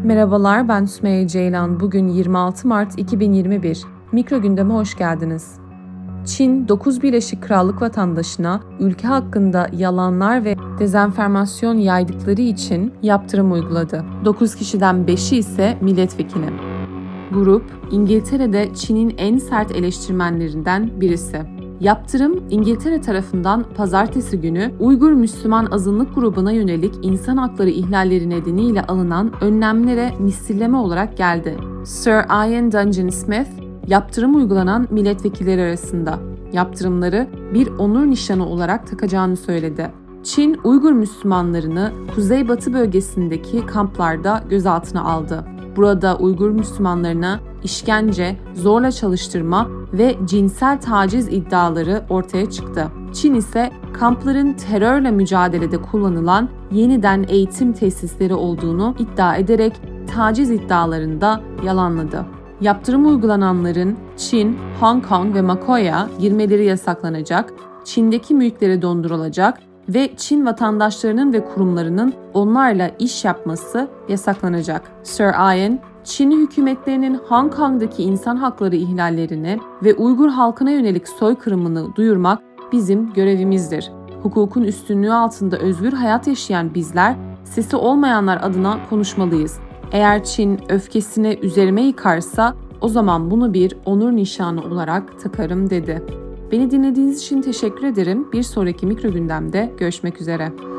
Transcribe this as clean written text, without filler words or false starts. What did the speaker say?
Merhabalar, ben Sümeyye Ceylan. Bugün 26 Mart 2021. Mikro gündeme hoş geldiniz. Çin, 9 Birleşik Krallık vatandaşına ülke hakkında yalanlar ve dezenformasyon yaydıkları için yaptırım uyguladı. 9 kişiden 5'i ise milletvekili. Grup, İngiltere'de Çin'in en sert eleştirmenlerinden birisi. Yaptırım, İngiltere tarafından pazartesi günü Uygur Müslüman azınlık grubuna yönelik insan hakları ihlalleri nedeniyle alınan önlemlere misilleme olarak geldi. Sir Ian Duncan-Smith, yaptırım uygulanan milletvekilleri arasında yaptırımları bir onur nişanı olarak takacağını söyledi. Çin, Uygur Müslümanlarını Kuzeybatı bölgesindeki kamplarda gözaltına aldı. Burada Uygur Müslümanlarına işkence, zorla çalıştırma ve cinsel taciz iddiaları ortaya çıktı. Çin ise kampların terörle mücadelede kullanılan yeniden eğitim tesisleri olduğunu iddia ederek taciz iddialarını da yalanladı. Yaptırım uygulananların Çin, Hong Kong ve Macao'ya girmeleri yasaklanacak, Çin'deki mülkleri dondurulacak ve Çin vatandaşlarının ve kurumlarının onlarla iş yapması yasaklanacak. Sir Ian, Çin hükümetlerinin Hong Kong'daki insan hakları ihlallerini ve Uygur halkına yönelik soykırımını duyurmak bizim görevimizdir. Hukukun üstünlüğü altında özgür hayat yaşayan bizler, sesi olmayanlar adına konuşmalıyız. Eğer Çin öfkesini üzerime yıkarsa o zaman bunu bir onur nişanı olarak takarım dedi. Beni dinlediğiniz için teşekkür ederim. Bir sonraki mikro gündemde görüşmek üzere.